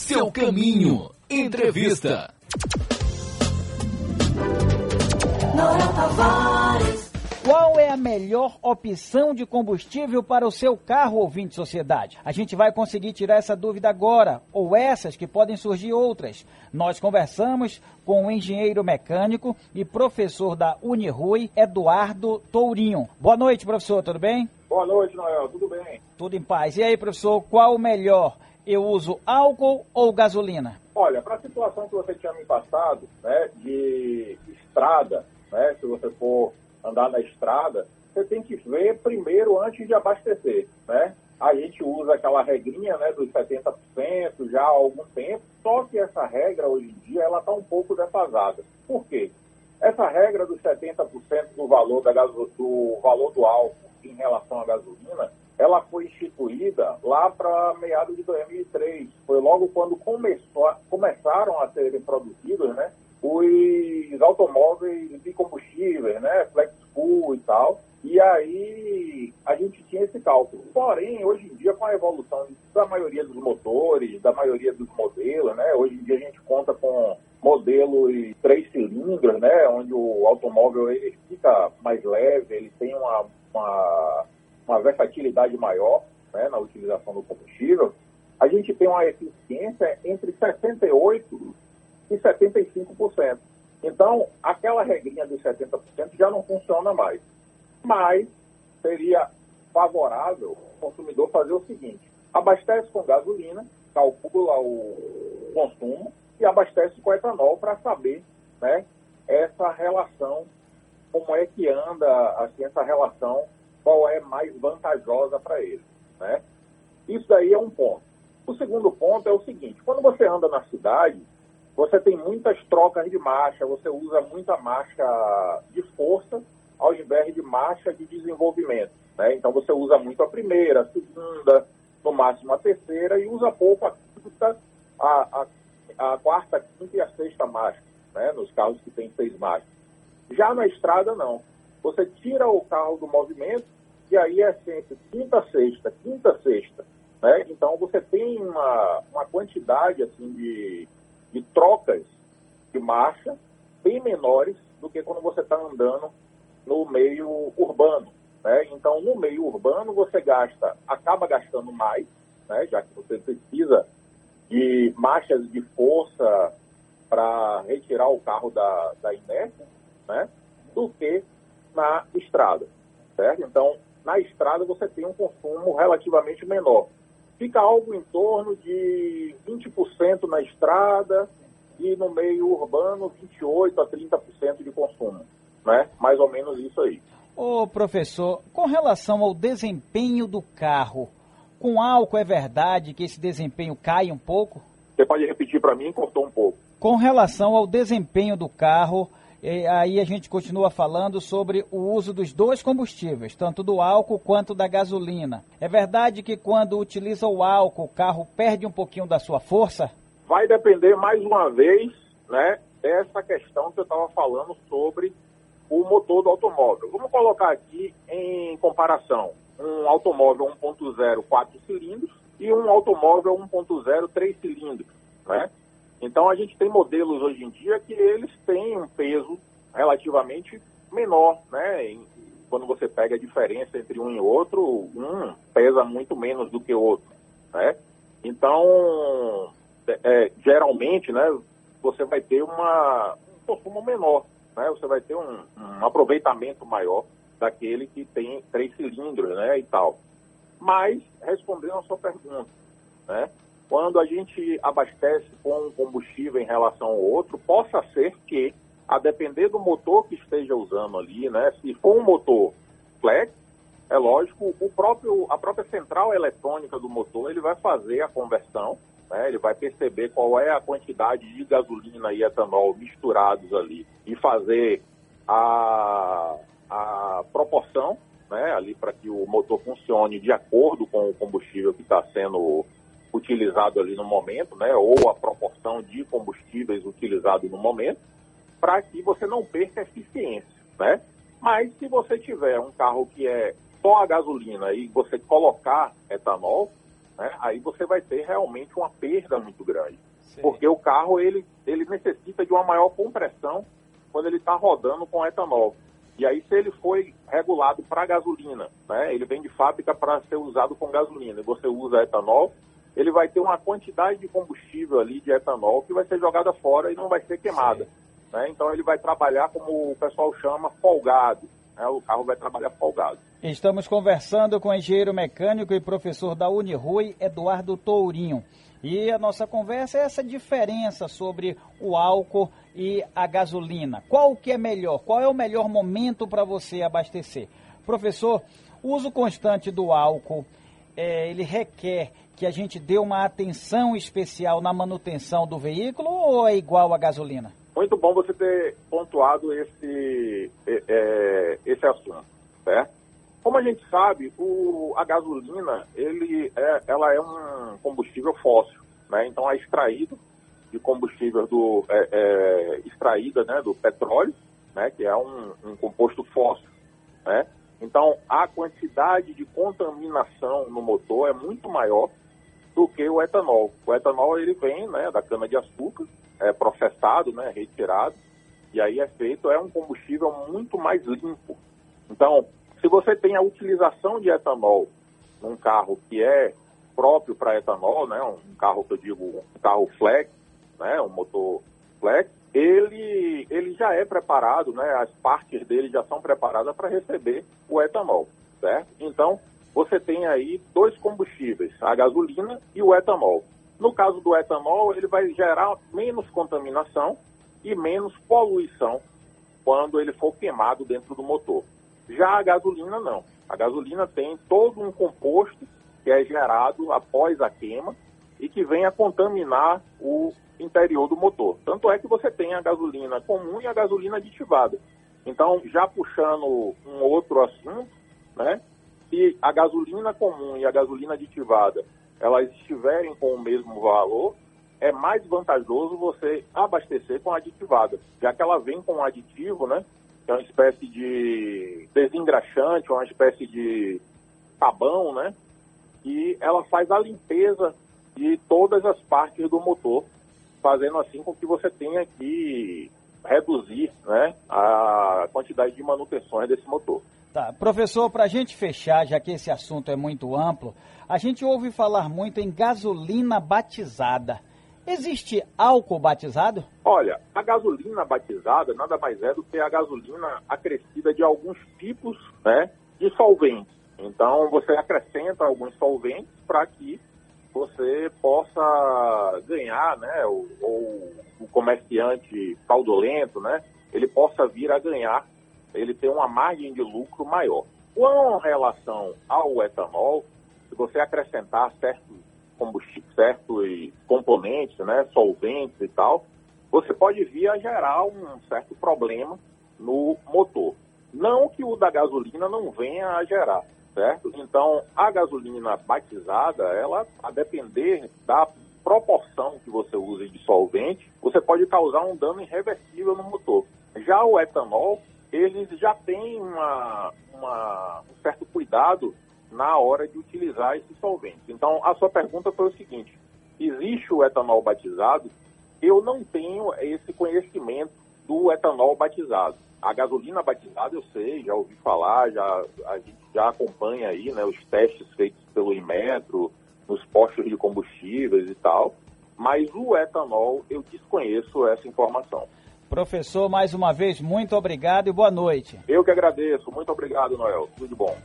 seu caminho. Entrevista. Qual é a melhor opção de combustível para o seu carro, ouvinte sociedade? A gente vai conseguir tirar essa dúvida agora, ou essas que podem surgir outras. Nós conversamos com o engenheiro mecânico e professor da Unirui, Eduardo Tourinho. Boa noite, professor, tudo bem? Boa noite, Noel, tudo bem? Tudo em paz. E aí, professor, qual o melhor? Eu uso álcool ou gasolina? Olha, para a situação que você tinha me passado, né, de estrada, né, se você for andar na estrada, você tem que ver primeiro antes de abastecer, né? A gente usa aquela regrinha, né, dos 70% já há algum tempo, só que essa regra hoje em dia ela está um pouco defasada. Por quê? Essa regra dos 70% do valor do álcool em relação à gasolina, ela foi instituída lá para meados de 2003. Foi logo quando começaram a serem produzidos, né, os automóveis de combustíveis, né, flex fuel e tal, e aí a gente tinha esse cálculo. Porém, hoje em dia, com a evolução da maioria dos motores, da maioria dos modelos, né, hoje em dia a gente conta com modelos 3 cilindros, né, onde o automóvel ele fica mais leve, ele tem uma versatilidade maior, né, na utilização do combustível. A gente tem uma eficiência entre 68% e 75%. Então, aquela regrinha dos 70% já não funciona mais. Mas seria favorável o consumidor fazer o seguinte: abastece com gasolina, calcula o consumo e abastece com etanol para saber, né, essa relação, como é que anda assim, essa relação, qual é mais vantajosa para ele, né? Isso daí é um ponto. O segundo ponto é o seguinte: quando você anda na cidade, você tem muitas trocas de marcha, você usa muita marcha de força ao invés de marcha de desenvolvimento, né? Então você usa muito a primeira, a segunda, no máximo a terceira, e usa pouco a quinta, a quarta, a quinta e a sexta marcha, né? Nos carros que tem 6 marchas. Já na estrada, não. Você tira o carro do movimento e aí é sempre quinta, sexta, né? Então você tem uma quantidade assim de trocas de marcha bem menores do que quando você está andando no meio urbano, né? Então, no meio urbano, você acaba gastando mais, né? Já que você precisa de marchas de força para retirar o carro da inércia, né? Do que na estrada, certo? Então, na estrada, você tem um consumo relativamente menor. Fica algo em torno de 20% na estrada e no meio urbano 28% a 30% de consumo, né? Mais ou menos isso aí. Ô professor, com relação ao desempenho do carro, com álcool é verdade que esse desempenho cai um pouco? Você pode repetir para mim? Cortou um pouco. Com relação ao desempenho do carro, aí a gente continua falando sobre o uso dos dois combustíveis, tanto do álcool quanto da gasolina. É verdade que quando utiliza o álcool, o carro perde um pouquinho da sua força? Vai depender, mais uma vez, né, dessa questão que eu estava falando sobre o motor do automóvel. Vamos colocar aqui em comparação um automóvel 1.0 4 cilindros e um automóvel 1.0 3 cilindros, né? Então a gente tem modelos hoje em dia que eles têm um peso relativamente menor, né? Quando você pega a diferença entre um e outro, um pesa muito menos do que o outro, né? Então, geralmente, né, você vai ter um consumo menor, né? Você vai ter um aproveitamento maior daquele que tem 3 cilindros, né, e tal. Mas, respondendo a sua pergunta, né, quando a gente abastece com um combustível em relação ao outro, possa ser que, a depender do motor que esteja usando ali, né, se for um motor flex, é lógico, a própria central eletrônica do motor, ele vai fazer a conversão, né, ele vai perceber qual é a quantidade de gasolina e etanol misturados ali e fazer a proporção, né, ali para que o motor funcione de acordo com o combustível que está sendo utilizado ali no momento, né, ou a proporção de combustíveis utilizados no momento, para que você não perca eficiência, né? Mas se você tiver um carro que é só a gasolina e você colocar etanol, né, aí você vai ter realmente uma perda muito grande. Sim. Porque o carro ele necessita de uma maior compressão quando ele está rodando com etanol. E aí, se ele foi regulado para gasolina, né, ele vem de fábrica para ser usado com gasolina, e você usa etanol, ele vai ter uma quantidade de combustível ali, de etanol, que vai ser jogada fora e não vai ser queimada. Né? Então, ele vai trabalhar, como o pessoal chama, folgado. Né? O carro vai trabalhar folgado. Estamos conversando com o engenheiro mecânico e professor da Unirui, Eduardo Tourinho. E a nossa conversa é essa diferença sobre o álcool e a gasolina. Qual que é melhor? Qual é o melhor momento para você abastecer? Professor, o uso constante do álcool, ele requer que a gente dê uma atenção especial na manutenção do veículo ou é igual à gasolina? Muito bom você ter pontuado esse assunto, certo? Como a gente sabe, a gasolina, ela é um combustível fóssil, né? Então é extraído de combustível extraída, né, do petróleo, né, que é um composto fóssil, né? Então a quantidade de contaminação no motor é muito maior do que o etanol. O etanol ele vem, né, da cana-de-açúcar, é processado, né, retirado, e aí é um combustível muito mais limpo. Então, se você tem a utilização de etanol num carro que é próprio para etanol, né, um carro que eu digo um carro flex, né, um motor flex, ele já é preparado, né, as partes dele já são preparadas para receber o etanol, certo? Então, você tem aí dois combustíveis, a gasolina e o etanol. No caso do etanol, ele vai gerar menos contaminação e menos poluição quando ele for queimado dentro do motor. Já a gasolina não. A gasolina tem todo um composto que é gerado após a queima e que vem a contaminar o interior do motor. Tanto é que você tem a gasolina comum e a gasolina aditivada. Então, já puxando um outro assunto, né, se a gasolina comum e a gasolina aditivada elas estiverem com o mesmo valor, é mais vantajoso você abastecer com a aditivada, já que ela vem com um aditivo, né, que é uma espécie de desengraxante, uma espécie de sabão, né? E ela faz a limpeza de todas as partes do motor, fazendo assim com que você tenha que reduzir, né, a quantidade de manutenções desse motor. Tá, professor, para a gente fechar, já que esse assunto é muito amplo, a gente ouve falar muito em gasolina batizada. Existe álcool batizado? Olha, a gasolina batizada nada mais é do que a gasolina acrescida de alguns tipos, né, de solventes. Então, você acrescenta alguns solventes para que você possa ganhar, né, ou o comerciante fraudulento, né, ele possa vir a ganhar, ele tem uma margem de lucro maior. Com relação ao etanol, se você acrescentar certos componentes, né, solventes e tal, você pode vir a gerar um certo problema no motor. Não que o da gasolina não venha a gerar, certo? Então, a gasolina batizada, ela, a depender da proporção que você use de solvente, você pode causar um dano irreversível no motor. Já o etanol, eles já têm um certo cuidado na hora de utilizar esses solventes. Então, a sua pergunta foi o seguinte: existe o etanol batizado? Eu não tenho esse conhecimento do etanol batizado. A gasolina batizada eu sei, já ouvi falar, a gente já acompanha aí, né, os testes feitos pelo Inmetro, nos postos de combustíveis e tal, mas o etanol eu desconheço essa informação. Professor, mais uma vez, muito obrigado e boa noite. Eu que agradeço. Muito obrigado, Noel. Tudo de bom.